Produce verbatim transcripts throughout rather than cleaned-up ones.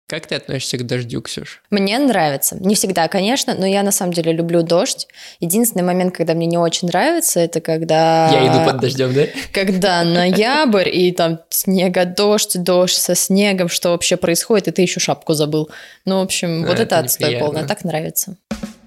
Как ты относишься к дождю, Ксюш? Мне нравится. Не всегда, конечно, но я на самом деле люблю дождь. Единственный момент, когда мне не очень нравится, это когда... Я иду под дождем, да? Когда ноябрь, и там снега-дождь, дождь со снегом, что вообще происходит, и ты еще шапку забыл. Ну, в общем, А, вот это это отстой неприятно. полный, а так нравится.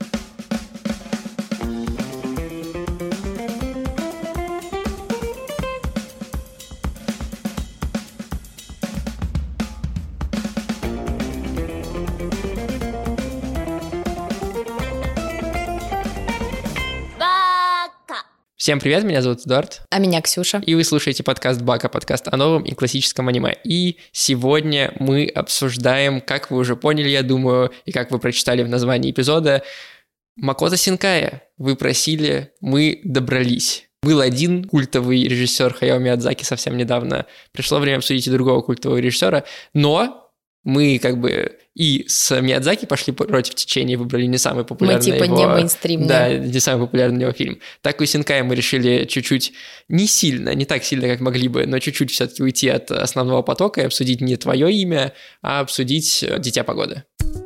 Всем привет, меня зовут Эдуард. А меня Ксюша. И вы слушаете подкаст Бака, подкаст о новом и классическом аниме. И сегодня мы обсуждаем, как вы уже поняли, я думаю, и как вы прочитали в названии эпизода, Макото Синкая. Вы просили, мы добрались. Был один культовый режиссер Хаяо Миядзаки совсем недавно. Пришло время обсудить и другого культового режиссера, но... Мы как бы и с Миядзаки пошли против течения и выбрали не самый популярный Мы типа его... не мейнстримные. Да, не самый популярный его фильм. Так и у Синкая мы решили чуть-чуть, не сильно, не так сильно, как могли бы, но чуть-чуть все-таки уйти от основного потока и обсудить не твое имя, а обсудить «Дитя погоды».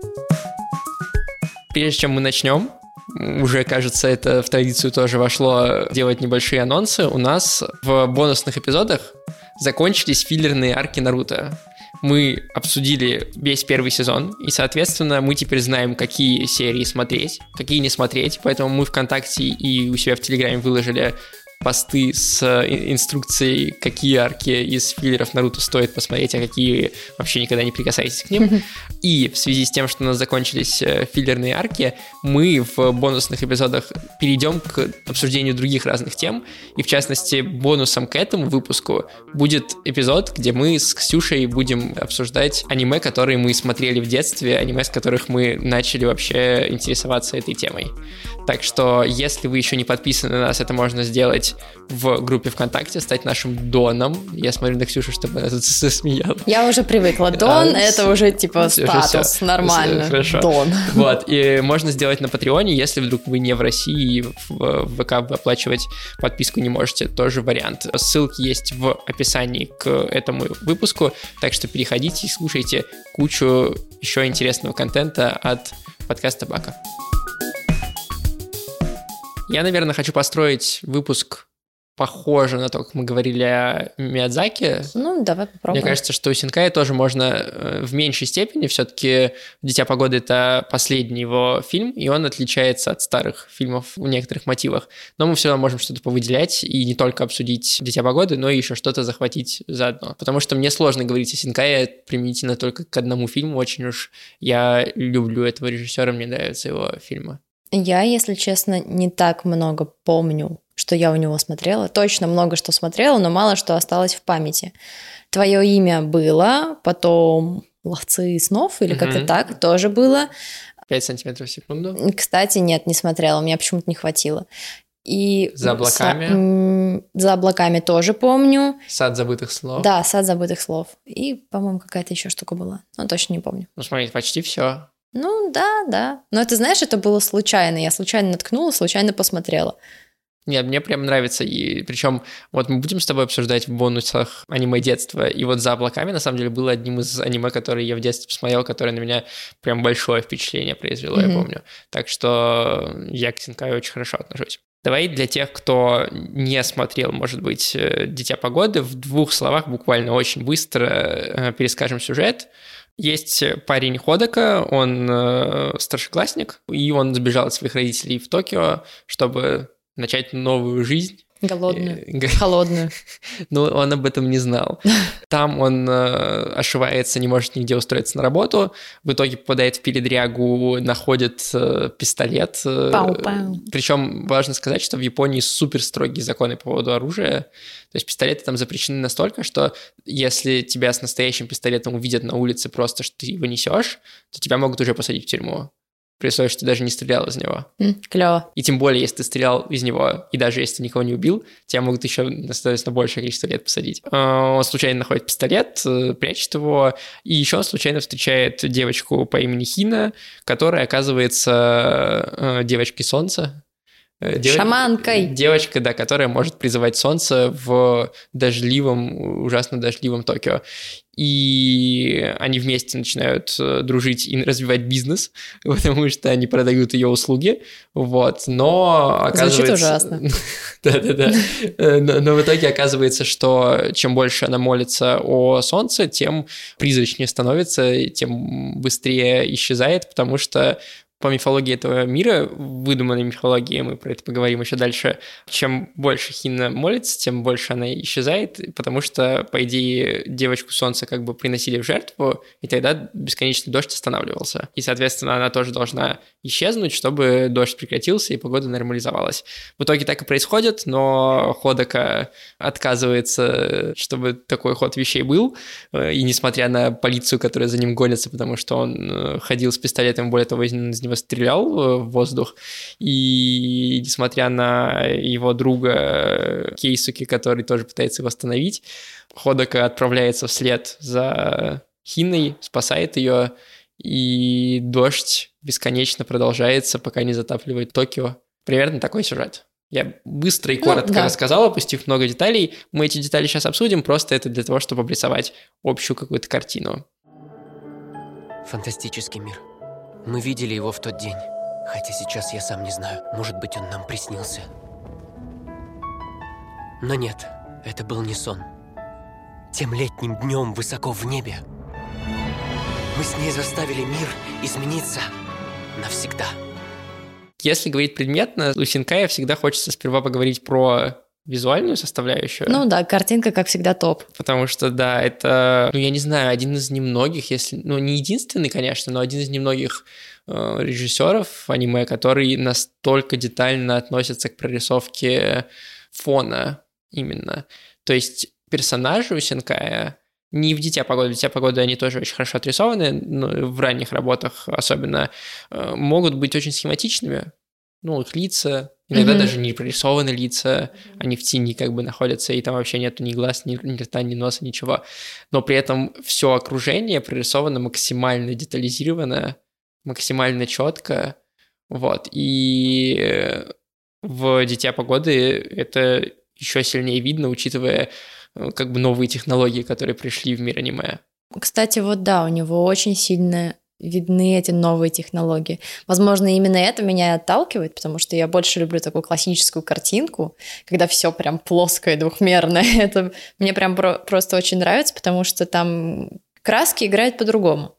Прежде чем мы начнем, уже, кажется, это в традицию тоже вошло делать небольшие анонсы. У нас в бонусных эпизодах закончились филлерные арки Наруто. Мы обсудили весь первый сезон, и, соответственно, мы теперь знаем, какие серии смотреть, какие не смотреть, поэтому мы ВКонтакте и у себя в Телеграме выложили посты с инструкцией, какие арки из филлеров Наруто стоит посмотреть, а какие вообще никогда не прикасайтесь к ним. И в связи с тем, что у нас закончились филлерные арки, мы в бонусных эпизодах перейдем к обсуждению других разных тем, и в частности бонусом к этому выпуску будет эпизод, где мы с Ксюшей будем обсуждать аниме, которые мы смотрели в детстве, аниме, с которых мы начали вообще интересоваться этой темой. Так что, если вы еще не подписаны на нас, это можно сделать в группе ВКонтакте, стать нашим доном. Я смотрю на Ксюшу, чтобы она тут засмеялась. Я уже привыкла. Дон — это уже типа Всё, статус, всё, нормально. хорошо. Дон. Вот, и можно сделать на Патреоне, если вдруг вы не в России и в ВК оплачивать подписку не можете, тоже вариант. Ссылки есть в описании к этому выпуску, так что переходите и слушайте кучу еще интересного контента от подкаста Бака. Я, наверное, хочу построить выпуск похоже на то, как мы говорили о Миядзаки. Ну, давай попробуем. Мне кажется, что у Синкая тоже можно в меньшей степени. Все-таки «Дитя погоды» — это последний его фильм, и он отличается от старых фильмов в некоторых мотивах. Но мы все равно можем что-то повыделять и не только обсудить «Дитя погоды», но и еще что-то захватить заодно. Потому что мне сложно говорить о Синкае применительно только к одному фильму. Очень уж я люблю этого режиссера, мне нравятся его фильмы. Я, если честно, не так много помню, что я у него смотрела. Точно много что смотрела, но мало что осталось в памяти. «Твое имя» было, потом «Ловцы снов» или mm-hmm. как-то так тоже было. Пять сантиметров в секунду? Кстати, нет, не смотрела, мне почему-то не хватило. И «За облаками»? С... «За облаками» тоже помню. «Сад забытых слов». Да, «Сад забытых слов». И, по-моему, какая-то еще штука была, но точно не помню. Ну, смотри, почти все. Ну, да, да. Но ты знаешь, это было случайно. Я случайно наткнула, случайно посмотрела. Нет, мне прям нравится. И причем вот мы будем с тобой обсуждать в бонусах аниме детства. И вот «За облаками» на самом деле было одним из аниме, которые я в детстве посмотрел, которое на меня прям большое впечатление произвело, mm-hmm. я помню. Так что я к Синкаю очень хорошо отношусь. Давай для тех, кто не смотрел, может быть, «Дитя погоды», в двух словах буквально очень быстро перескажем сюжет. Есть парень Ходока, он э, старшеклассник, и он сбежал от своих родителей в Токио, чтобы начать новую жизнь. Голодную, э, холодную. Но он об этом не знал. Там он э, ошивается, не может нигде устроиться на работу, в итоге попадает в передрягу, находит э, пистолет. Пау-пау. Причем важно сказать, что в Японии супер строгие законы по поводу оружия. То есть пистолеты там запрещены настолько, что если тебя с настоящим пистолетом увидят на улице просто, что ты его несешь, то тебя могут уже посадить в тюрьму. При условии, что ты даже не стрелял из него. Mm, клево. И тем более, если ты стрелял из него, и даже если ты никого не убил, тебя могут еще, соответственно, большее количество лет посадить. Он случайно находит пистолет, прячет его, и еще он случайно встречает девочку по имени Хина, которая оказывается девочкой солнца. Дев... Шаманкой. Девочка, да, которая может призывать солнце в дождливом, ужасно дождливом Токио. И они вместе начинают дружить и развивать бизнес, потому что они продают ее услуги, вот, но оказывается... Звучит ужасно. Да-да-да. Но в итоге оказывается, что чем больше она молится о солнце, тем призрачнее становится, тем быстрее исчезает, потому что по мифологии этого мира, выдуманной мифологии, мы про это поговорим еще дальше, чем больше Хина молится, тем больше она исчезает, потому что, по идее, девочку солнца как бы приносили в жертву, и тогда бесконечный дождь останавливался. И, соответственно, она тоже должна исчезнуть, чтобы дождь прекратился и погода нормализовалась. В итоге так и происходит, но Ходока отказывается, чтобы такой ход вещей был, и несмотря на полицию, которая за ним гонится, потому что он ходил с пистолетом, более того, из него стрелял в воздух, и несмотря на его друга Кейсуки, который тоже пытается его остановить, Ходока отправляется вслед за Хиной, спасает ее, и дождь бесконечно продолжается, пока не затапливает Токио. Примерно такой сюжет. Я быстро и коротко ну, да. рассказал, опустив много деталей. Мы эти детали сейчас обсудим, просто это для того, чтобы обрисовать общую какую-то картину. Фантастический мир. Мы видели его в тот день, хотя сейчас я сам не знаю, может быть, он нам приснился. Но нет, это был не сон. Тем летним днем высоко в небе мы с ней заставили мир измениться навсегда. Если говорить предметно, у Синкая всегда хочется сперва поговорить про визуальную составляющую. Ну да, картинка, как всегда, топ. Потому что, да, это, ну, я не знаю, один из немногих, если, ну, не единственный, конечно, но один из немногих э, режиссеров аниме, который настолько детально относится к прорисовке фона именно. То есть персонажи у Синкая не в «Дитя погоды», в «Дитя погоды» они тоже очень хорошо отрисованы, но в ранних работах особенно э, могут быть очень схематичными. Ну, их лица, иногда mm-hmm. даже не прорисованы лица, они в тени как бы находятся, и там вообще нету ни глаз, ни, ни рта, ни носа, ничего. Но при этом все окружение прорисовано максимально детализировано, максимально четко, вот. И в «Дитя погоды» это еще сильнее видно, учитывая как бы новые технологии, которые пришли в мир аниме. Кстати, вот да, у него очень сильно видны эти новые технологии. Возможно, именно это меня отталкивает, потому что я больше люблю такую классическую картинку, когда все прям плоское, двухмерное. Это мне прям про- просто очень нравится, потому что там краски играют по-другому.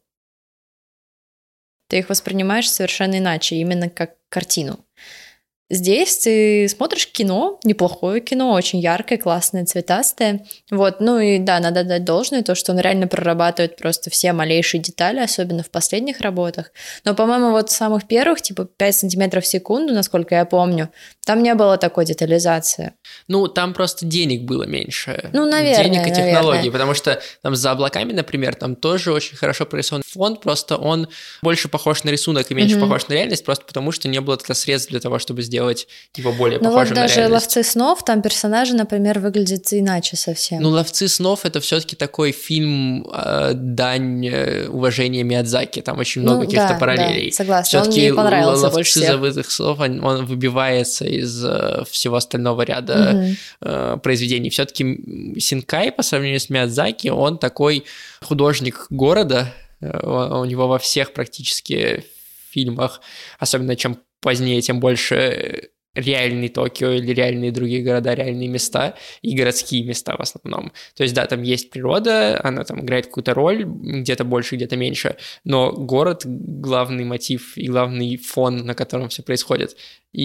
Ты их воспринимаешь совершенно иначе, именно как картину. Здесь ты смотришь кино, неплохое кино, очень яркое, классное, цветастое. Вот, ну и да, надо дать должное, то, что он реально прорабатывает просто все малейшие детали, особенно в последних работах. Но, по-моему, вот в самых первых, типа пять сантиметров в секунду, насколько я помню, там не было такой детализации. Ну, там просто денег было меньше. Ну, наверное, Денег и технологий, наверное. Потому что там за облаками, например, там тоже очень хорошо прорисован фон, просто он больше похож на рисунок и меньше mm-hmm. похож на реальность, просто потому что не было тогда средств для того, чтобы сделать его более ну похожим вот на даже реальность. «Ловцы снов», там персонажи, например, выглядят иначе совсем. Ну, «Ловцы снов» — это все-таки такой фильм э, дань э, уважения Миядзаки, там очень много ну, каких-то да, параллелей. Да, согласна, все-таки он мне понравился «Ловцы больше всех. забытых снов», он, он выбивается из э, всего остального ряда угу. э, произведений. Все-таки Синкай, по сравнению с Миядзаки, он такой художник города, э, у него во всех практически фильмах, особенно чем позднее, тем больше реальный Токио или реальные другие города, реальные места и городские места в основном. То есть, да, там есть природа, она там играет какую-то роль, где-то больше, где-то меньше, но город — главный мотив и главный фон, на котором все происходит.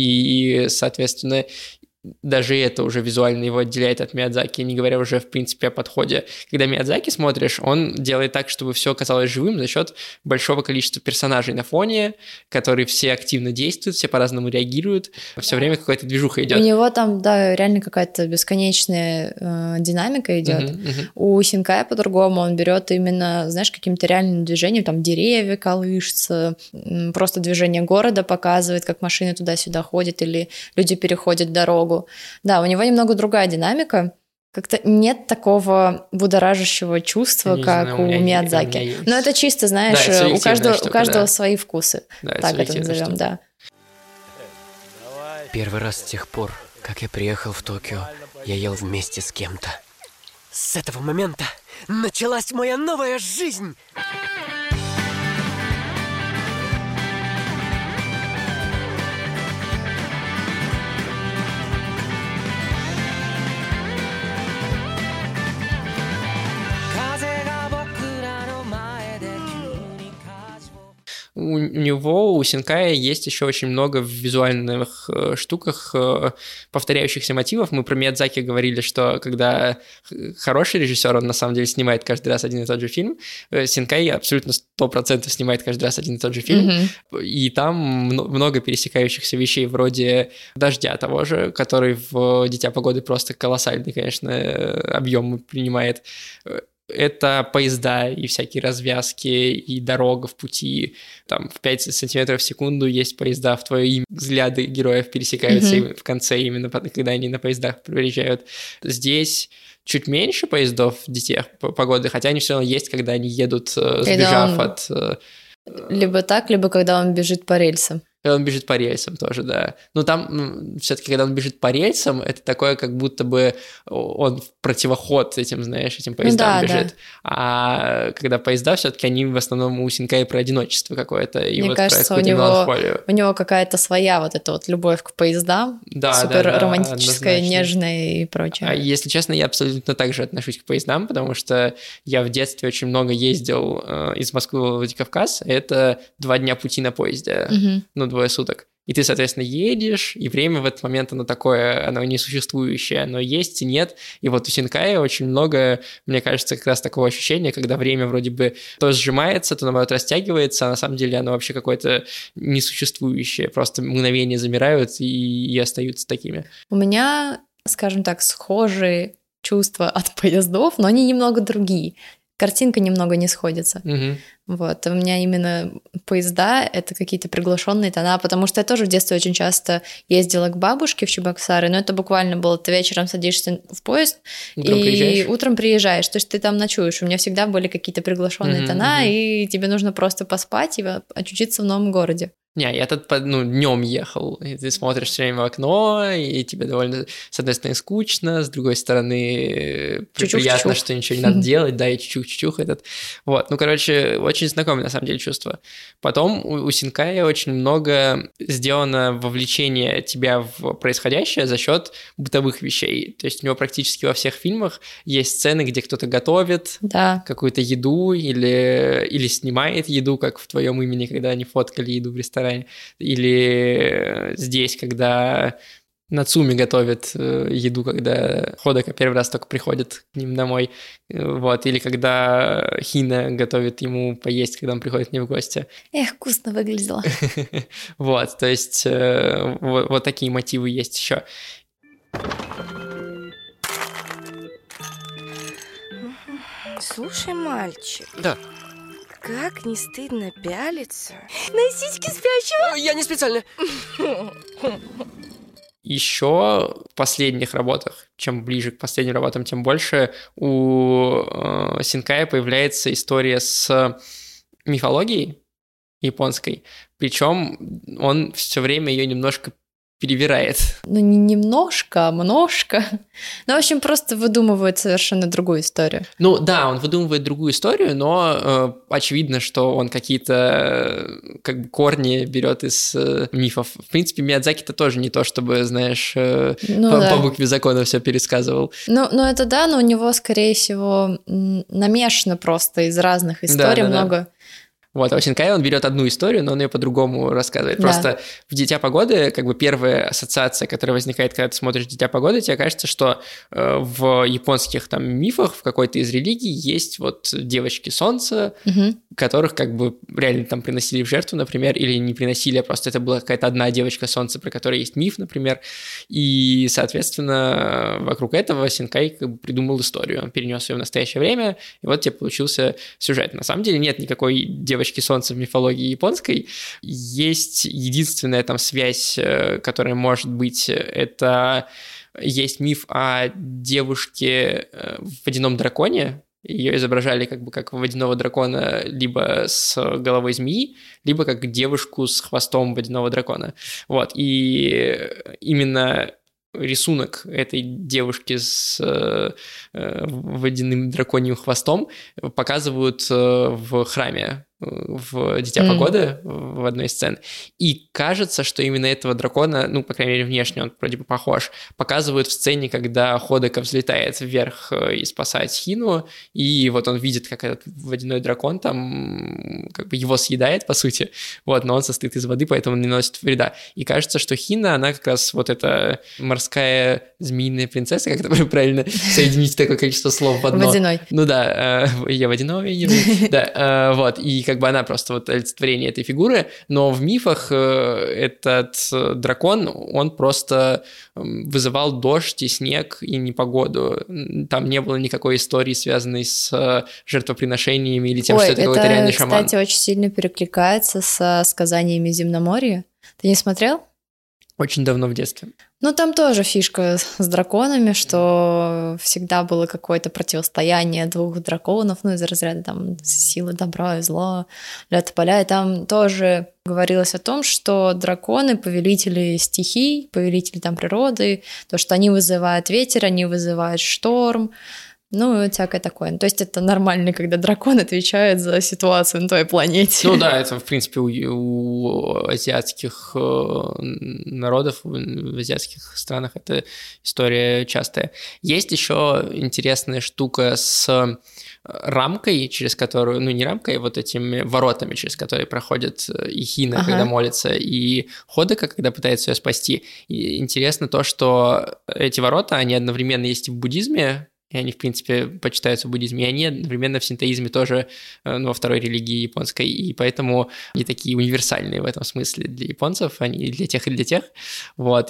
И, соответственно, даже это уже визуально его отделяет от Миядзаки, не говоря уже, в принципе, о подходе. Когда Миядзаки смотришь, он делает так, чтобы все казалось живым за счет большого количества персонажей на фоне, которые все активно действуют, все по-разному реагируют, все время какая-то движуха идет. У него там, да, реально какая-то бесконечная э, динамика идет. Uh-huh, uh-huh. У Синкая по-другому, он берет именно, знаешь, каким-то реальным движением, там деревья колышутся, просто движение города показывает, как машины туда-сюда ходят или люди переходят дорогу. Да, у него немного другая динамика. Как-то нет такого будоражащего чувства, не как знаю, у, у Миядзаки. Но это чисто, знаешь, да, это у каждого, штука, у каждого да. свои вкусы. Да, так это назовем, да. Первый раз с тех пор, как я приехал в Токио, я ел вместе с кем-то. С этого момента началась моя новая жизнь! У него, у Синкая, есть еще очень много в визуальных э, штуках э, повторяющихся мотивов. Мы про Миядзаки говорили, что когда хороший режиссер, он на самом деле снимает каждый раз один и тот же фильм. Синкай абсолютно сто процентов снимает каждый раз один и тот же фильм. Mm-hmm. И там много пересекающихся вещей, вроде «Дождя» того же, который в «Дитя погоды» просто колоссальный, конечно, объем принимает. Это поезда и всякие развязки, и дорога в пути. Там в пять сантиметров в секунду есть поезда в твое имя. Взгляды героев пересекаются mm-hmm. в конце, именно когда они на поездах приезжают. Здесь чуть меньше поездов в «Дитя погоды», хотя они все равно есть, когда они едут, сбежав он... от... Либо так, либо когда он бежит по рельсам. Когда он бежит по рельсам тоже, да. Но там ну, все-таки, когда он бежит по рельсам, это такое, как будто бы он в противоход этим, знаешь, этим поездам ну, да, бежит. Да. А когда поезда, все-таки они в основном у Синкая про одиночество какое-то. И Мне вот кажется, у него, у него какая-то своя вот эта вот любовь к поездам, да, супер да, да, романтическая, нежная и прочее. А если честно, я абсолютно так же отношусь к поездам, потому что я в детстве очень много ездил э, из Москвы в Владикавказ. Это два дня пути на поезде, угу. ну, двое суток. И ты, соответственно, едешь, и время в этот момент, оно такое, оно несуществующее, оно есть и нет. И вот у Синкая очень много, мне кажется, как раз такого ощущения, когда время вроде бы то сжимается, то, наоборот, растягивается, а на самом деле оно вообще какое-то несуществующее. Просто мгновения замирают и, и остаются такими. У меня, скажем так, схожие чувства от поездов, но они немного другие. Картинка немного не сходится. Угу. Вот, у меня именно поезда — это какие-то приглушенные тона, потому что я тоже в детстве очень часто ездила к бабушке в Чебоксары, но это буквально было, ты вечером садишься в поезд утром и приезжаешь. утром приезжаешь, то есть ты там ночуешь. У меня всегда были какие-то приглушенные угу, тона, угу. и тебе нужно просто поспать и очутиться в новом городе. Не, я тут, ну, днем ехал, и ты смотришь все время в окно, и тебе довольно, с одной стороны, скучно, с другой стороны, чучух, приятно, чучух. Что ничего не надо делать, да, и чучух-чучух этот. Вот, ну, короче, очень знакомое, на самом деле, чувство. Потом у, у Синкая очень много сделано вовлечения тебя в происходящее за счет бытовых вещей. То есть у него практически во всех фильмах есть сцены, где кто-то готовит да. какую-то еду или, или снимает еду, как в «Твоем имени», когда они фоткали еду в ресторане. Или здесь, когда Нацуми готовит еду, когда Ходока первый раз только приходит к ним домой. Вот. Или когда Хина готовит ему поесть, когда он приходит к ним в гости. Эх, вкусно выглядело. Вот, то есть вот такие мотивы есть еще. Слушай, мальчик. Да. Как не стыдно пялиться на сиськи спящего? Я не специально. Еще в последних работах, чем ближе к последним работам, тем больше у э, Синкая появляется история с мифологией японской. Причем он все время ее немножко перевирает. Ну, не немножко, а множко. Ну, в общем, просто выдумывает совершенно другую историю. Ну, да, он выдумывает другую историю, но э, очевидно, что он какие-то э, как бы корни берет из э, мифов. В принципе, Миядзаки-то тоже не то, чтобы, знаешь, э, ну, по, да. по букве закона все пересказывал. Ну, ну, это да, но у него, скорее всего, намешано просто из разных историй да, да, много... Да. Вот, а у Синкая он берет одну историю, но он ее по-другому рассказывает. Да. Просто в «Дитя погоды» как бы первая ассоциация, которая возникает, когда ты смотришь «Дитя погоды», тебе кажется, что э, в японских там мифах, в какой-то из религий есть вот девочки солнца, угу. которых как бы реально там приносили в жертву, например, или не приносили, а просто это была какая-то одна девочка солнца, про которой есть миф, например. И, соответственно, вокруг этого Синкай как бы придумал историю. Он перенес ее в настоящее время, и вот тебе получился сюжет. На самом деле нет никакой девочки солнца в мифологии японской. Есть единственная там связь, которая может быть, это есть миф о девушке в водяном драконе, Ее изображали как бы как водяного дракона либо с головой змеи, либо как девушку с хвостом водяного дракона. Вот, и именно рисунок этой девушки с э, водяным драконьим хвостом показывают э, в храме, в «Дитя mm. погоды» в одной из сцен. И кажется, что именно этого дракона, ну, по крайней мере, внешне он вроде бы похож, показывают в сцене, когда Ходока взлетает вверх и спасает Хину, и вот он видит, как этот водяной дракон там как бы его съедает, по сути, вот, но он состоит из воды, поэтому не наносит вреда. И кажется, что Хина, она как раз вот эта морская змеиная принцесса, как это правильно соединить такое количество слов в одно. Водяной. Ну да, я водяной, я не да, вот, и как бы она просто вот олицетворение этой фигуры, но в мифах этот дракон, он просто вызывал дождь и снег и непогоду. Там не было никакой истории, связанной с жертвоприношениями или тем, Ой, что это какой-то реальный шаман. Это, кстати, очень сильно перекликается со сказаниями Земноморья. Ты не смотрел? Очень давно в детстве. Ну, там тоже фишка с драконами, что всегда было какое-то противостояние двух драконов, ну, из разряда там силы добра и зла, лед и поля, и там тоже говорилось о том, что драконы — повелители стихий, повелители там природы, то, что они вызывают ветер, они вызывают шторм, ну, и всякое такое. То есть это нормально, когда дракон отвечает за ситуацию на твоей планете. Ну да, это, в принципе, у, у азиатских народов, в азиатских странах эта история частая. Есть еще интересная штука с рамкой, через которую, ну не рамкой, а вот этими воротами, через которые проходит и Хина, ага. когда молится, и Ходока, когда пытается ее спасти. И интересно то, что эти ворота, они одновременно есть и в буддизме, и они, в принципе, почитаются в буддизме, и они одновременно в синтоизме тоже, ну, во второй религии японской, и поэтому они такие универсальные в этом смысле для японцев, они и для тех, и для тех, вот,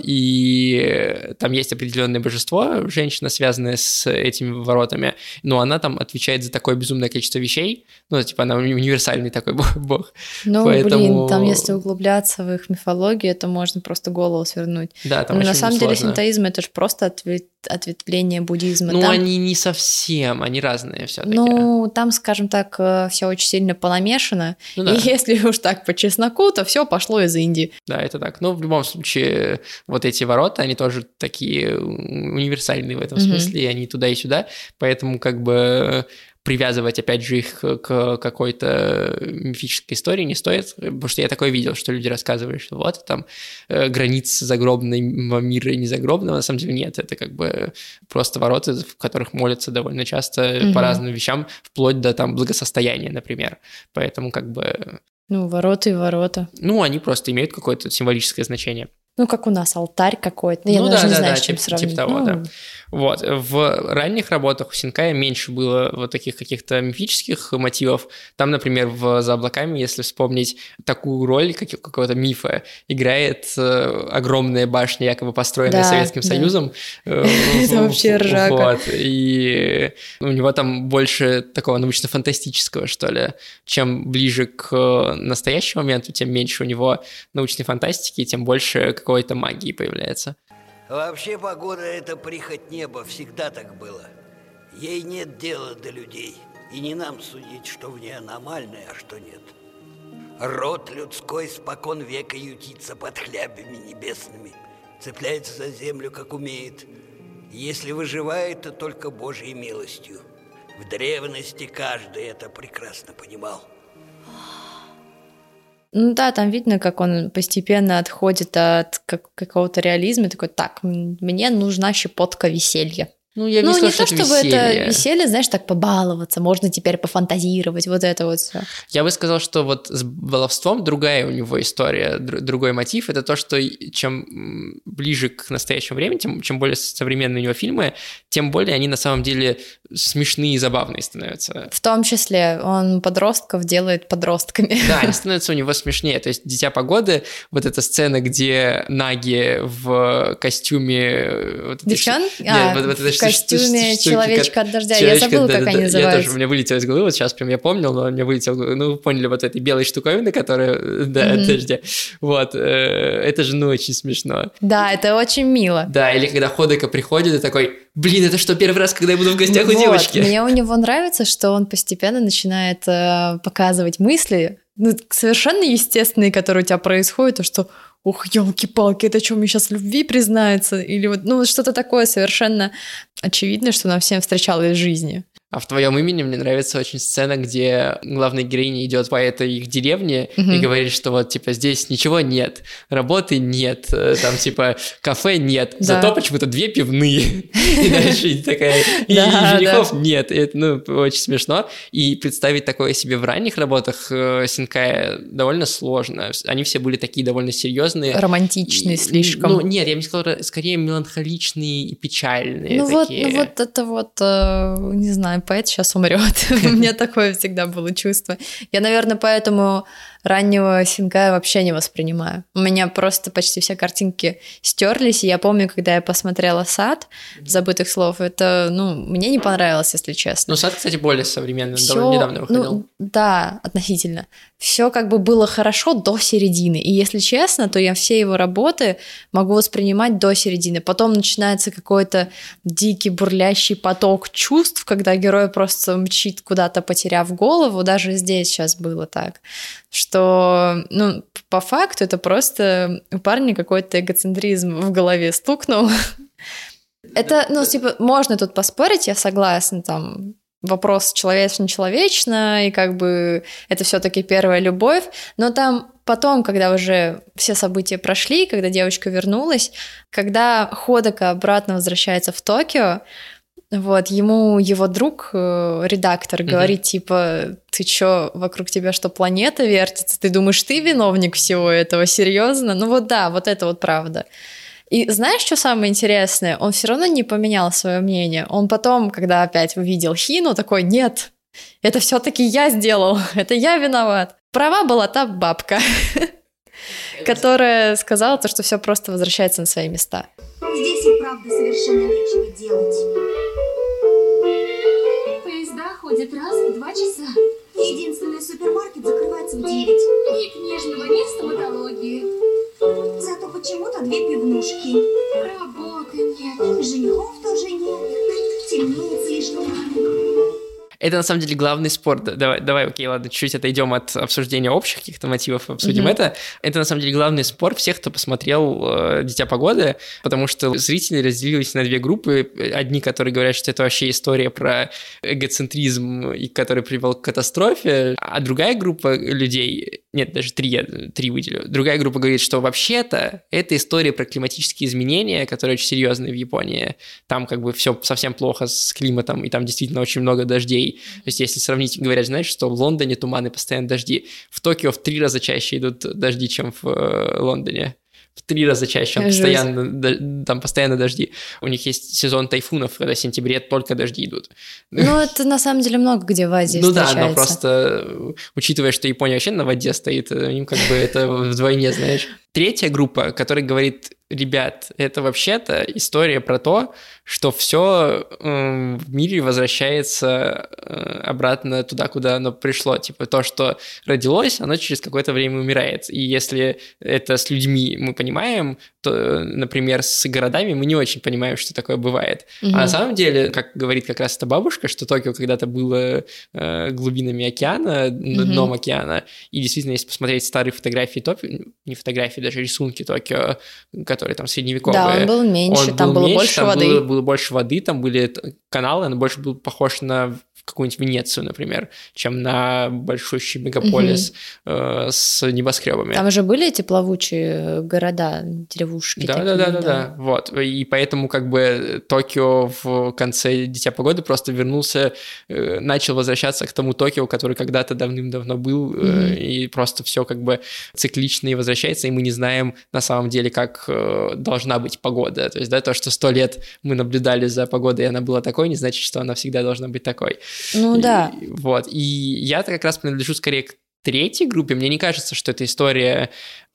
и там есть определенное божество, женщина, связанная с этими воротами, но она там отвечает за такое безумное количество вещей, ну, типа, она универсальный такой бог. Ну, поэтому... блин, там, если углубляться в их мифологию, то можно просто голову свернуть. Да, там но очень на самом сложно. деле синтоизм — это же просто ответ... ответвление буддизма. Ну, там... они не совсем, они разные все-таки. Ну, там, скажем так, все очень сильно понамешано. Ну, да. И если уж так по чесноку, то все пошло из Индии. Да, это так. Но в любом случае, вот эти ворота, они тоже такие универсальные в этом mm-hmm. смысле, и они туда и сюда, поэтому как бы привязывать, опять же, их к какой-то мифической истории не стоит, потому что я такое видел, что люди рассказывали, что вот там э, границ загробного мира и незагробного, на самом деле нет, это как бы просто ворота, в которых молятся довольно часто mm-hmm. по разным вещам, вплоть до там благосостояния, например, поэтому как бы... Ну, ворота и ворота. Ну, они просто имеют какое-то символическое значение. Ну, как у нас алтарь какой-то. Я ну, даже да, не да, знаю, да, с чем тип, сравнить. Типа того, ну... да. Вот. В ранних работах у Синкая меньше было вот таких каких-то мифических мотивов. Там, например, в «За облаками», если вспомнить, такую роль как, какого-то мифа играет э, огромная башня, якобы построенная да, Советским да. Союзом. Это вообще ржака. Вот. И у него там больше такого научно-фантастического, что ли. Чем ближе к настоящему моменту, тем меньше у него научной фантастики, тем больше какой-то магии появляется. Вообще погода – это прихоть неба, всегда так было. Ей нет дела до людей, и не нам судить, что в ней аномальное, а что нет. Род людской спокон века ютится под хлябями небесными, цепляется за землю, как умеет. Если выживает, то только Божьей милостью. В древности каждый это прекрасно понимал. Ну да, там видно, как он постепенно отходит от какого-то реализма, такой, так, мне нужна щепотка веселья. Ну, я не, ну, сказал, не то, это чтобы веселье. это веселье, знаешь, так побаловаться, можно теперь пофантазировать, вот это вот все. Я бы сказал, что вот с баловством другая у него история, другой мотив, это то, что чем ближе к настоящему времени, тем, чем более современные у него фильмы, тем более они на самом деле смешные и забавные становятся. В том числе он подростков делает подростками. Да, они становятся у него смешнее, то есть «Дитя погоды», вот эта сцена, где Наги в костюме... Вот Девчон? Нет, а, вот, вот это костюме штуки, человечка от- от дождя. Я человечка, забыла, да, как да, они да. Я называются. тоже, у меня вылетело из головы, вот сейчас прям я помнил, но у меня вылетело, из головы. Ну, вы поняли, вот этой белой штуковины, которая, да, от Мгм. дождя. Вот, э, это же, ну, очень смешно. Да, это очень мило. Да, или когда Ходока приходит и такой, блин, это что, первый раз, когда я буду в гостях у Вот, девочки? Мне у него нравится, что он постепенно начинает э, показывать мысли, ну, совершенно естественные, которые у тебя происходят, то что ух, елки-палки, это что, мне сейчас в любви признается? Или вот, ну, вот что-то такое совершенно очевидное, что нам всем встречалось в жизни. А в твоем имени мне нравится очень сцена, где главная героиня идет по этой их деревне и Мгм. говорит, что вот, типа, здесь ничего нет, работы нет, э, там, типа, кафе нет, Да. зато почему-то две пивные. И дальше и такая, и Да, женихов нет. И это, ну, очень смешно. И представить такое себе в ранних работах э, Синкая довольно сложно. Они все были такие довольно серьезные. Романтичный И- слишком. Ну, нет, я бы не сказала, скорее меланхоличные и печальные Ну вот, такие. ну вот это вот, э, не знаю, поэт сейчас умрет. У меня такое всегда было чувство. Я, наверное, поэтому раннего Синкая вообще не воспринимаю. У меня просто почти все картинки стерлись, и я помню, когда я посмотрела «Сад» забытых слов, это, ну, мне не понравилось, если честно. Ну, Сад, кстати, более современный, Всё- довольно недавно выходил. ну, да, относительно. Все как бы было хорошо до середины. И если честно, то я все его работы могу воспринимать до середины. Потом начинается какой-то дикий бурлящий поток чувств, когда герой просто мчит куда-то, потеряв голову. Даже здесь сейчас было так, что, ну, по факту это просто у парня какой-то эгоцентризм в голове стукнул. Это, ну, типа, можно тут поспорить, я согласна, там, вопрос человечно-нечеловечно, и как бы это все-таки первая любовь, но там потом, когда уже все события прошли, когда девочка вернулась, когда Ходока обратно возвращается в Токио, вот, ему его друг, э, редактор, Мгм. говорит, типа, ты чё, вокруг тебя что, планета вертится? Ты думаешь, ты виновник всего этого? Серьезно? Ну вот да, вот это вот правда. И знаешь, что самое интересное? Он все равно не поменял свое мнение. Он потом, когда опять увидел Хину, такой, нет, это все-таки я сделал, это я виноват. Права была та бабка, которая сказала то, что все просто возвращается на свои места. Здесь и правда совершенно нечего делать. Поезда ходят раз в два часа. Единственный супермаркет закрывается в девять. И книжного нет стоматологии. Зато почему-то две пивнушки. Работы нет. Женихов тоже нет. Темнеет слишком рано. Это на самом деле главный спор. Да- Давай, давай, окей, ладно, чуть-чуть отойдем от обсуждения общих каких-то мотивов, обсудим Мгм. это. Это на самом деле главный спор всех, кто посмотрел э, «Дитя погоды», потому что зрители разделились на две группы. Одни, которые говорят, что это вообще история про эгоцентризм, и который привел к катастрофе, а другая группа людей, нет, даже три, я три выделю, другая группа говорит, что вообще-то это история про климатические изменения, которые очень серьезные в Японии. Там как бы все совсем плохо с климатом, и там действительно очень много дождей. То есть, если сравнить, говорят, знаешь, что в Лондоне туманы, постоянно дожди. В Токио в три раза чаще идут дожди, чем в э, Лондоне. В три раза чаще, там Жесть. постоянно, до- там постоянно дожди. У них есть сезон тайфунов, когда в сентябре только дожди идут. Ну, это на самом деле много где в Азии Ну да, встречается. но просто, э, учитывая, что Япония вообще на воде стоит, э, им как бы это вдвойне, знаешь. Третья группа, которая говорит, ребят, это вообще-то история про то, что все в мире возвращается э, обратно туда, куда оно пришло. Типа то, что родилось, оно через какое-то время умирает. И если это с людьми мы понимаем, то, э, например, с городами мы не очень понимаем, что такое бывает. Мгм. А на самом деле, как говорит как раз эта бабушка, что Токио когда-то было э, глубинами океана, н- Мгм. дном океана, и действительно, если посмотреть старые фотографии Токио, не фотографии, даже рисунки Токио, которые там средневековые. Да, он был меньше, он там был было меньше, больше там воды. Было, было больше воды, там были т- каналы, он больше был похож на какую-нибудь Венецию, например, чем на большущий мегаполис э, с небоскребами. Там же были эти плавучие города, деревушки Да, такие, да, да, да, да, вот. И поэтому как бы Токио в конце «Дитя погоды» просто вернулся, э, начал возвращаться к тому Токио, который когда-то давным-давно был, э, Мгм. и просто все как бы циклично и возвращается, и мы не знаем на самом деле, как э, должна быть погода. То есть, да, то, что сто лет мы наблюдали за погодой, и она была такой, не значит, что она всегда должна быть такой. Ну И- да. Вот. И я как раз принадлежу скорее к третьей группе. Мне не кажется, что это история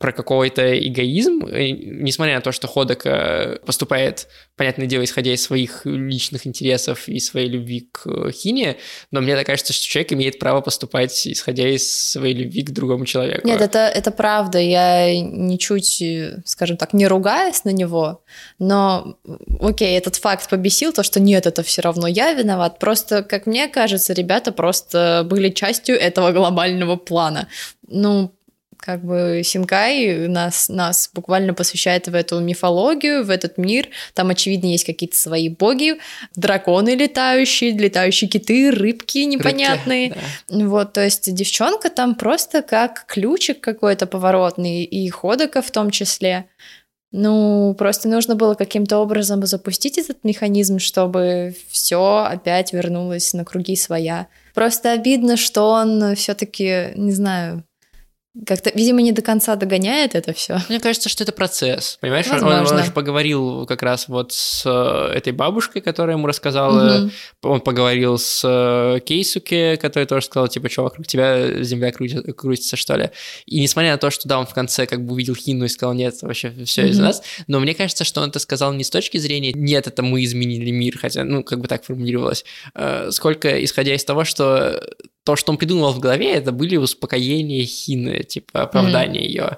про какой-то эгоизм, несмотря на то, что Ходока поступает, понятное дело, исходя из своих личных интересов и своей любви к Хине, но мне так кажется, что человек имеет право поступать, исходя из своей любви к другому человеку. Нет, это, это правда, я ничуть, скажем так, не ругаюсь на него, но, окей, этот факт побесил, то, что нет, это все равно я виноват, просто, как мне кажется, ребята просто были частью этого глобального плана. Ну, как бы Синкай нас, нас буквально посвящает в эту мифологию, в этот мир. Там, очевидно, есть какие-то свои боги, драконы летающие, летающие киты, рыбки непонятные. Рыбки, да. Вот, то есть девчонка там просто как ключик какой-то поворотный, и Ходока в том числе. Ну, просто нужно было каким-то образом запустить этот механизм, чтобы все опять вернулось на круги своя. Просто обидно, что он все-таки, не знаю... Как-то, видимо, не до конца догоняет это все. Мне кажется, что это процесс, понимаешь? Он, он же поговорил как раз вот с этой бабушкой, которая ему рассказала, угу. Он поговорил с Кейсуке, который тоже сказал, типа, что вокруг тебя земля крутится, крутится, что ли. И несмотря на то, что да, он в конце как бы увидел Хину и сказал, нет, вообще все угу. из-за нас, но мне кажется, что он это сказал не с точки зрения, нет, это мы изменили мир, хотя, ну, как бы так формулировалось, сколько исходя из того, что то, что он придумывал в голове, это были успокоения Хины, типа, оправдание mm-hmm. ее.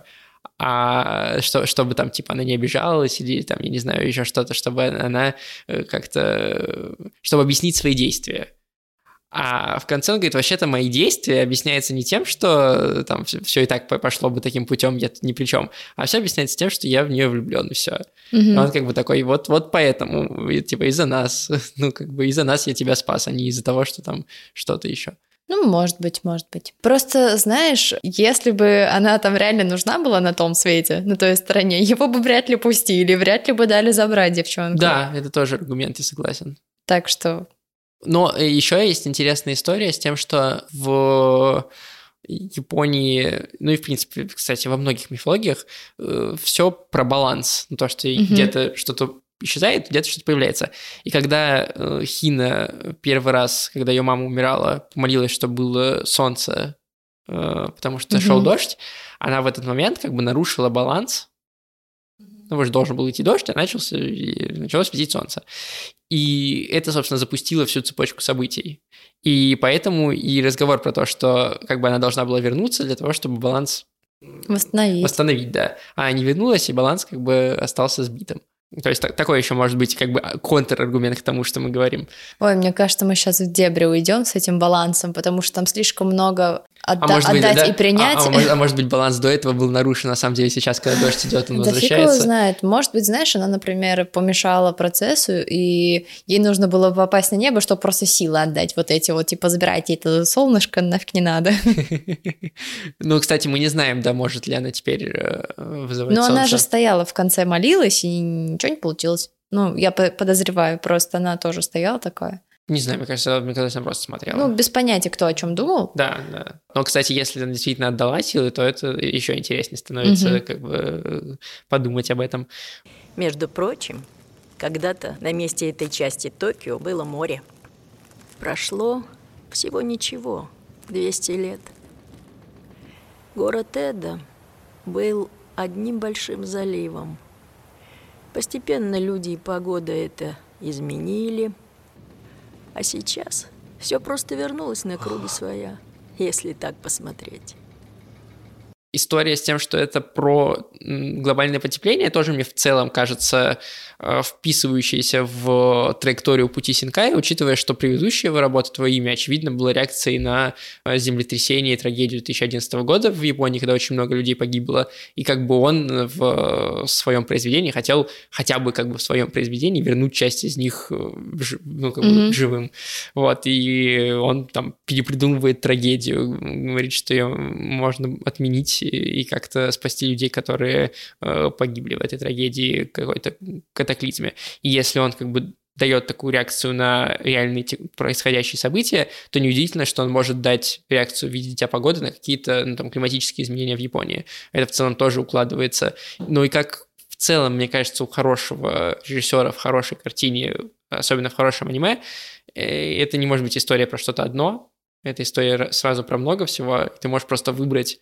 А что, чтобы там, типа, она не обижалась или там, я не знаю, еще что-то, чтобы она как-то... Чтобы объяснить свои действия. А в конце он говорит, вообще-то мои действия объясняются не тем, что там все и так пошло бы таким путем, я тут ни при чем, а все объясняется тем, что я в нее влюблен, и все. Mm-hmm. Он как бы такой, вот, вот поэтому, типа, из-за нас, ну, как бы из-за нас я тебя спас, а не из-за того, что там что-то еще. Ну, может быть, может быть. Просто, знаешь, если бы она там реально нужна была на том свете, на той стороне, его бы вряд ли пустили, вряд ли бы дали забрать девчонку. Да, это тоже аргумент, я согласен. Так что... Но еще есть интересная история с тем, что в Японии, ну и в принципе, кстати, во многих мифологиях э, все про баланс. Ну, то, что mm-hmm. где-то что-то исчезает, где-то что-то появляется. И когда э, Хина первый раз, когда ее мама умирала, помолилась, чтобы было солнце, э, потому что mm-hmm. шел дождь, она в этот момент как бы нарушила баланс. Ну, уже должен был идти дождь, а начался, и началось светить солнце. И это, собственно, запустило всю цепочку событий. И поэтому и разговор про то, что как бы она должна была вернуться для того, чтобы баланс восстановить. Восстановить, да. А не вернулась, и баланс как бы остался сбитым. То есть так, такой еще может быть как бы контраргумент к тому, что мы говорим. Ой, мне кажется, мы сейчас в дебри уйдем с этим балансом, потому что там слишком много отда- а может быть, отдать да? и принять. А, а, может, а может быть, баланс до этого был нарушен, на самом деле сейчас, когда дождь идет, он да возвращается. Да фиг его знает. Может быть, знаешь, она, например, помешала процессу, и ей нужно было попасть на небо, чтобы просто силы отдать вот эти вот, типа, забирайте это солнышко, нафиг не надо. Ну, кстати, мы не знаем, да, может ли она теперь вызывать солнце. Но она же стояла в конце, молилась, и ничего не получилось. Ну, я подозреваю, просто она тоже стояла такая. Не знаю, мне кажется, мне кажется, она просто смотрела. Ну, без понятия, кто о чем думал. Да, да. Но, кстати, если она действительно отдала силы, то это еще интереснее становится, угу. как бы подумать об этом. Между прочим, когда-то на месте этой части Токио было море. Прошло всего ничего, двести лет. Город Эдо был одним большим заливом. Постепенно люди и погода это изменили. А сейчас все просто вернулось на круги своя, если так посмотреть. История с тем, что это про глобальное потепление, тоже мне в целом кажется вписывающейся в траекторию пути Синкая, учитывая, что предыдущая его работа «Твое имя», очевидно, была реакцией на землетрясение и трагедию две тысячи одиннадцатого года в Японии, когда очень много людей погибло, и как бы он в своем произведении хотел хотя бы как бы в своем произведении вернуть часть из них ну, как mm-hmm. бы живым. Вот, и он там перепридумывает трагедию, говорит, что ее можно отменить и как-то спасти людей, которые э, погибли в этой трагедии, какой-то катаклизме. И если он как бы дает такую реакцию на реальные происходящие события, то неудивительно, что он может дать реакцию в виде дитя погоды на какие-то ну, там, климатические изменения в Японии. Это в целом тоже укладывается. Ну и как в целом, мне кажется, у хорошего режиссера в хорошей картине, особенно в хорошем аниме, это не может быть история про что-то одно, это история сразу про много всего. Ты можешь просто выбрать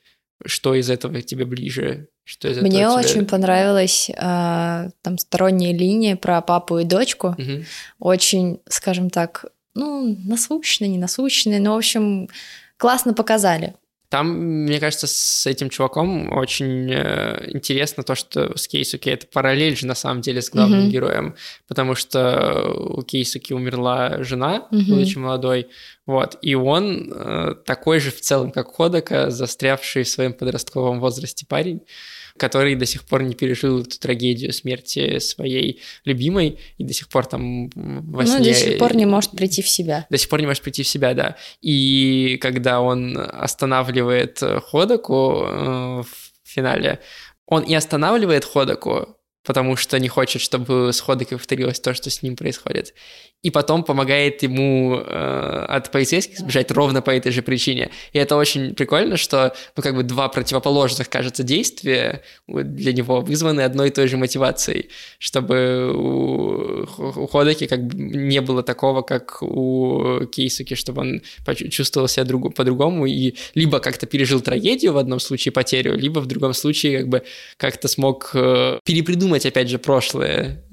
что из этого тебе ближе? Что из Мне этого очень тебе... понравилась э, там сторонняя линия про папу и дочку. Угу. Очень, скажем так, ну, насущная, не насущная, но, в общем, классно показали. Там, мне кажется, с этим чуваком очень э, интересно то, что с Кейсуки это параллель же на самом деле с главным mm-hmm. героем, потому что у Кейсуки умерла жена, mm-hmm. будучи молодой, вот, и он э, такой же в целом, как Ходока, застрявший в своем подростковом возрасте парень, который до сих пор не пережил эту трагедию смерти своей любимой и до сих пор там во сне... Ну, до сих пор не может прийти в себя. До сих пор не может прийти в себя, да. И когда он останавливает Ходоку э, в финале, он и останавливает Ходоку, потому что не хочет, чтобы с Ходокой повторилось то, что с ним происходит. И потом помогает ему э, от полицейских сбежать ровно по этой же причине. И это очень прикольно, что, ну, как бы два противоположных, кажется, действия для него вызваны одной и той же мотивацией, чтобы у, у Ходоки как бы не было такого, как у Кейсуки, чтобы он чувствовал себя другу, по-другому и либо как-то пережил трагедию в одном случае, потерю, либо в другом случае как бы как-то смог э, перепридумать, опять же, прошлое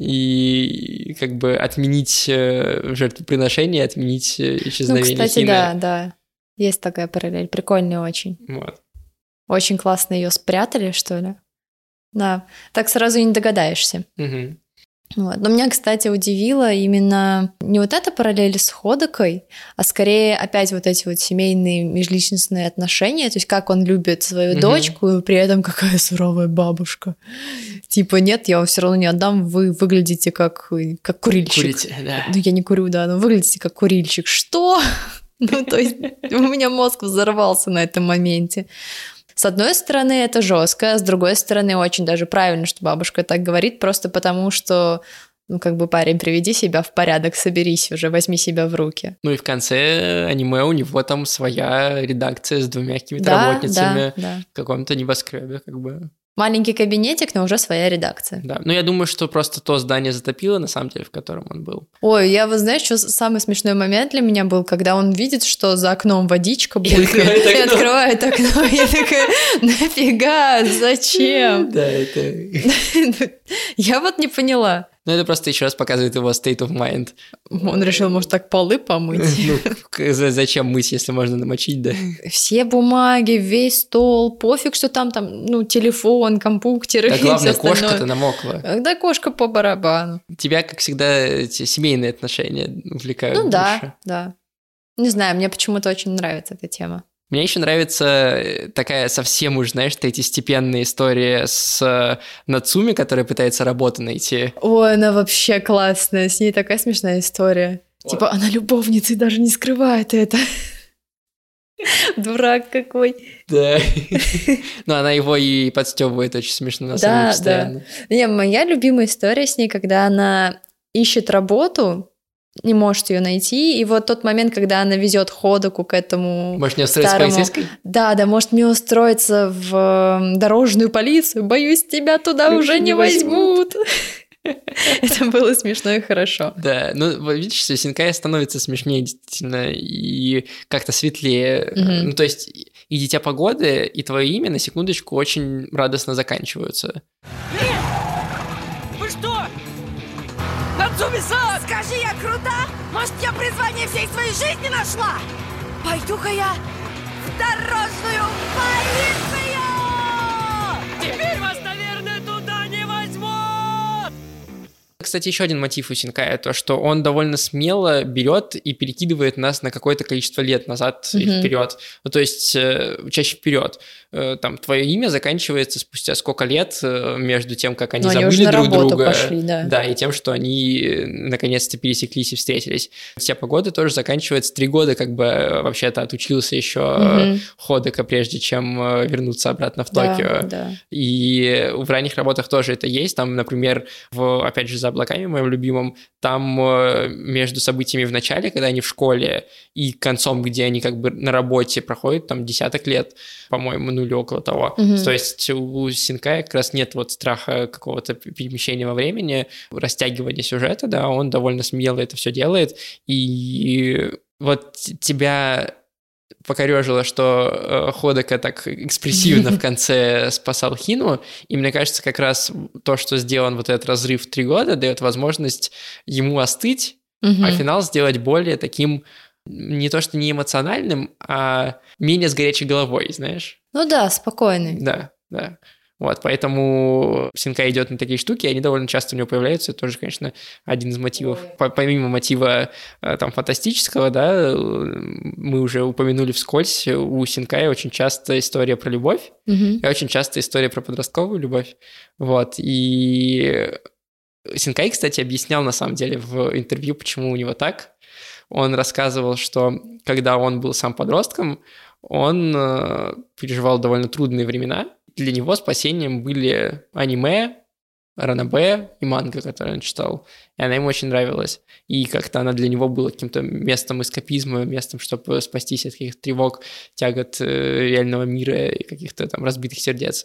и как бы отменить жертвоприношение, отменить исчезновение Ну, кстати, Хины. да, да. Есть такая параллель. Прикольная очень. Вот. Очень классно ее спрятали, что ли. Да. Так сразу и не догадаешься. Угу. Вот. Но меня, кстати, удивило именно не вот эта параллель с Ходокой, а скорее опять вот эти вот семейные межличностные отношения, то есть как он любит свою угу. дочку, и при этом какая суровая бабушка. Типа, нет, я вам все равно не отдам, вы выглядите как, как курильщик. Курите, да. Ну, я не курю, да, но выглядите как курильщик. Что? Ну, то есть у меня мозг взорвался на этом моменте. С одной стороны, это жестко, с другой стороны, очень даже правильно, что бабушка так говорит, просто потому что, ну, как бы, парень, приведи себя в порядок, соберись уже, возьми себя в руки. Ну и в конце аниме у него там своя редакция с двумя какими-то да, работницами да, да. в каком-то небоскребе, как бы. Маленький кабинетик, но уже своя редакция. Да, ну я думаю, что просто то здание затопило, на самом деле, в котором он был. Ой, я, вот знаешь, что самый смешной момент для меня был, когда он видит, что за окном водичка булькает, и открывает окно, и я такая, нафига, зачем? Да, это... Я вот не поняла. Ну, это просто еще раз показывает его state of mind. Он решил, может, так полы помыть? Ну, зачем мыть, если можно намочить, да? Все бумаги, весь стол, пофиг, что там, там, ну, телефон, компьютеры. Да, главное, кошка-то намокла. Да, кошка по барабану. Тебя, как всегда, эти семейные отношения увлекают Ну, больше. да, да. Не знаю, мне почему-то очень нравится эта тема. Мне еще нравится такая совсем уж, знаешь, третьестепенная история с Нацуми, которая пытается работу найти. Ой, она вообще классная, с ней такая смешная история. Вот. Типа, она любовница и даже не скрывает это. Дурак какой. Да. Но она его и подстёбывает очень смешно, на самом деле, постоянно. Да, не, моя любимая история с ней, когда она ищет работу, не может ее найти, и вот тот момент, когда она везет Ходоку к этому может не устроиться старому... полицейской? Да, да, может не устроиться в дорожную полицию, боюсь, тебя туда уже не возьмут. Это было смешно и хорошо. Да, ну, видишь, Синкай становится смешнее действительно и как-то светлее. Mm-hmm. Ну, то есть и «Дитя погоды», и твое имя, на секундочку, очень радостно заканчиваются. Вы что? Нацуми-сан! Скажи, я крута? Может, я призвание всей своей жизни нашла? Пойду-ка я в дорожную полицию! Теперь вас, наверное, туда не возьмут! Кстати, еще один мотив у Синкая, то, что он довольно смело берет и перекидывает нас на какое-то количество лет назад mm-hmm. и вперед. Ну, то есть чаще вперед. Там твое имя заканчивается спустя сколько лет между тем, как они Но забыли они друг друга. Пошли, да. да, и тем, что они наконец-то пересеклись и встретились. «Дитя погоды» тоже заканчивается три года, как бы вообще-то отучился еще mm-hmm. Ходока, прежде чем вернуться обратно в Токио. Да, да. И в ранних работах тоже это есть. Там, например, в, опять же, «За облаками», моим любимым, там между событиями в начале, когда они в школе, и концом, где они как бы на работе проходят, там десяток лет, по-моему, ну или около того. Mm-hmm. То есть у Синкая как раз нет вот страха какого-то перемещения во времени, растягивания сюжета, да, он довольно смело это все делает, и вот тебя покорежило, что э, Ходока так экспрессивно в конце спасал Хину, и мне кажется, как раз то, что сделан вот этот разрыв в три года, дает возможность ему остыть, Мгм. а финал сделать более таким, не то что не эмоциональным, а менее с горячей головой, знаешь? Ну да, спокойный. Да, да. Вот, поэтому Синкай идет на такие штуки, и они довольно часто у него появляются. Это тоже, конечно, один из мотивов. По- помимо мотива э, там фантастического, да, э, мы уже упомянули вскользь, у Синкая очень часто история про любовь, Мгм. и очень часто история про подростковую любовь. Вот, и Синкай, кстати, объяснял на самом деле в интервью, почему у него так. Он рассказывал, что когда он был сам подростком, он э, переживал довольно трудные времена. Для него спасением были аниме, ранобэ и манга, которые он читал. И она ему очень нравилась. И как-то она для него была каким-то местом эскапизма, местом, чтобы спастись от каких-то тревог, тягот э, реального мира и каких-то там разбитых сердец.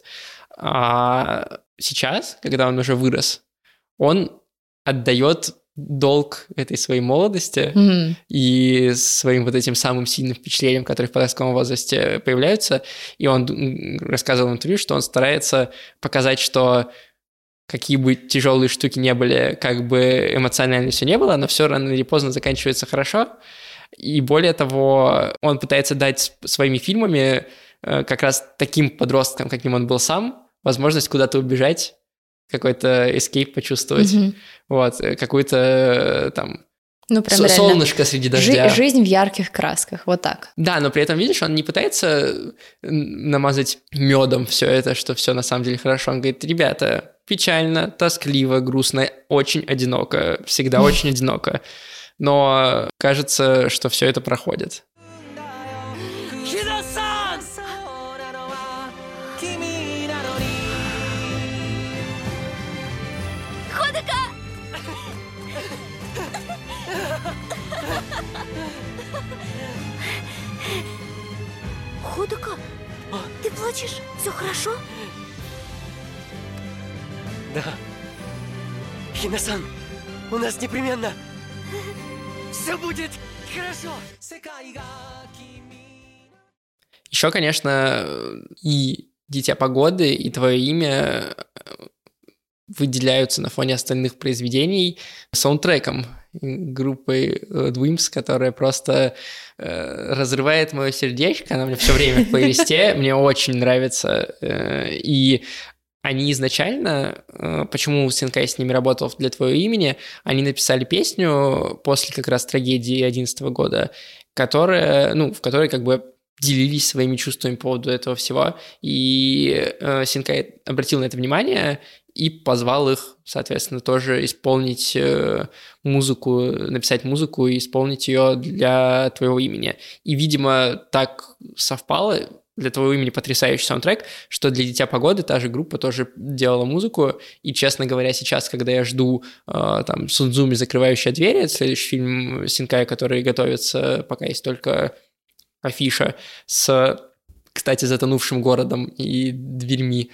А сейчас, когда он уже вырос, он отдает долг этой своей молодости Мгм. и своим вот этим самым сильным впечатлением, которые в подростковом возрасте появляются. И он м, рассказывал в интервью, что он старается показать, что какие бы тяжелые штуки не были, как бы эмоционально все не было, но все рано или поздно заканчивается хорошо. И более того, он пытается дать своими фильмами э, как раз таким подросткам, каким он был сам, возможность куда-то убежать, какой-то эскейп почувствовать, Мгм. вот, э, какой-то э, там Ну, прям со- реально. солнышко среди дождя. Жи- жизнь в ярких красках, вот так. Да, но при этом, видишь, он не пытается м, намазать медом все это, что все на самом деле хорошо. Он говорит, ребята, печально, тоскливо, грустно, очень одиноко, всегда очень одиноко. Но кажется, что все это проходит. Хида-сан! Ходока! Ходока, ты плачешь? Все хорошо? Да. Хина-сан, у нас непременно все будет хорошо. Еще, конечно, и «Дитя погоды», и «Твое имя» выделяются на фоне остальных произведений саундтреком группы Dreams, которая просто э, разрывает мое сердечко, она мне все время в плейлисте, мне очень нравится, э, и они изначально, э, почему Синкай с ними работал для «Твоего имени», они написали песню после как раз трагедии одиннадцатого года, которая, ну, в которой как бы делились своими чувствами по поводу этого всего, и э, Синкай обратил на это внимание и позвал их, соответственно, тоже исполнить э, музыку, написать музыку и исполнить ее для «Твоего имени». И, видимо, так совпало, для «Твоего имени» потрясающий саундтрек, что для «Дитя погоды» та же группа тоже делала музыку, и, честно говоря, сейчас, когда я жду э, там «Судзуми, закрывающая двери», это следующий фильм Синкая, который готовится, пока есть только афиша, с, кстати, затонувшим городом и дверьми.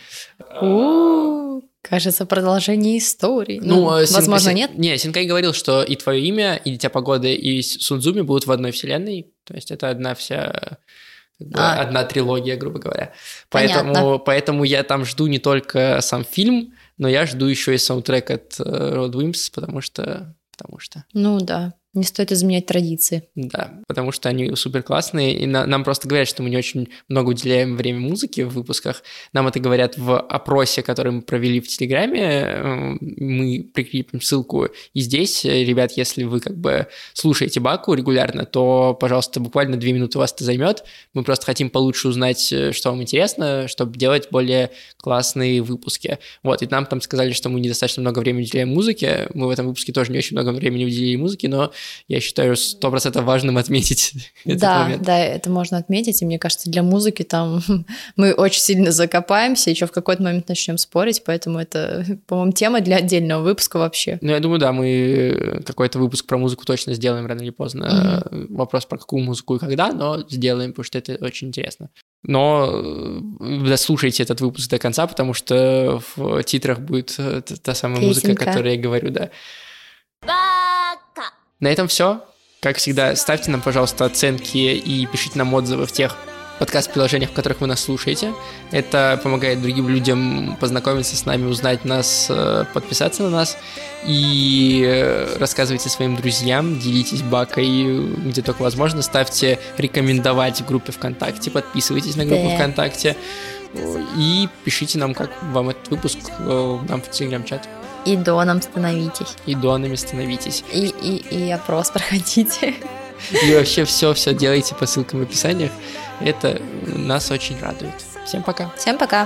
У, кажется, продолжение истории. Ну, Ну, Син- возможно, Син- нет. Не, Синкай говорил, что и «Твое имя», и «Дитя погоды», и Судзуми будут в одной вселенной, то есть это одна вся... как бы А. одна трилогия, грубо говоря. Понятно. Поэтому, поэтому я там жду не только сам фильм, но я жду еще и саундтрек от э, Road Wimps, потому что... Потому что... Ну да, не стоит изменять традиции. Да, потому что они супер классные, и на- нам просто говорят, что мы не очень много уделяем время музыке в выпусках. Нам это говорят в опросе, который мы провели в Телеграме. Э, Мы прикрепим ссылку и здесь. Э, Ребят, если вы как бы слушаете Баку регулярно, то, пожалуйста, буквально две минуты вас это займет. Мы просто хотим получше узнать, э, что вам интересно, чтобы делать более классные выпуски. Вот, и нам там сказали, что мы недостаточно много времени уделяем музыке. Мы в этом выпуске тоже не очень много времени уделили музыке, но я считаю сто процентов важным отметить этот Да, момент. да, это можно отметить, и мне кажется, для музыки там мы очень сильно закопаемся, еще в какой-то момент начнем спорить, поэтому это, по-моему, тема для отдельного выпуска вообще. Ну, я думаю, да, мы какой-то выпуск про музыку точно сделаем рано или поздно. Mm-hmm. Вопрос, про какую музыку и когда, но сделаем, потому что это очень интересно. Но дослушайте этот выпуск до конца, потому что в титрах будет та самая музыка, о Песенка. которой я говорю, да. Бака! На этом все. Как всегда, ставьте нам, пожалуйста, оценки и пишите нам отзывы в тех подкаст-приложениях, в которых вы нас слушаете. Это помогает другим людям познакомиться с нами, узнать нас, подписаться на нас. И рассказывайте своим друзьям, делитесь бакой где только возможно. Ставьте рекомендовать в группе ВКонтакте, подписывайтесь на группу да. ВКонтакте. И пишите нам, как вам этот выпуск, нам в Телеграм-чат. И доном становитесь. И донами становитесь. И, и, и опрос проходите. И вообще все-все делайте по ссылкам в описаниях. Это нас очень радует. Всем пока. Всем пока.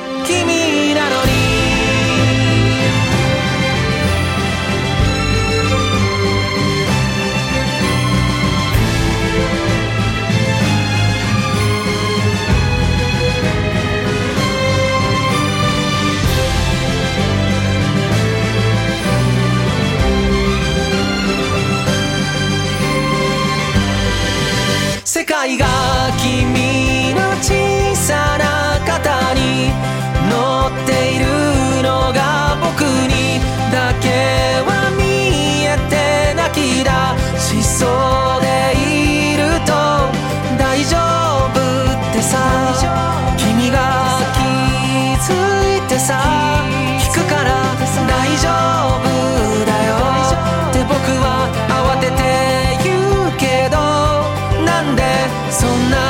«世界が君の小さな肩に乗っているのが僕にだけは見えて泣き出しそうでいると大丈夫ってさ君が気づいてさ聞くから大丈夫だよって僕は慌てて言うけどなんでそんな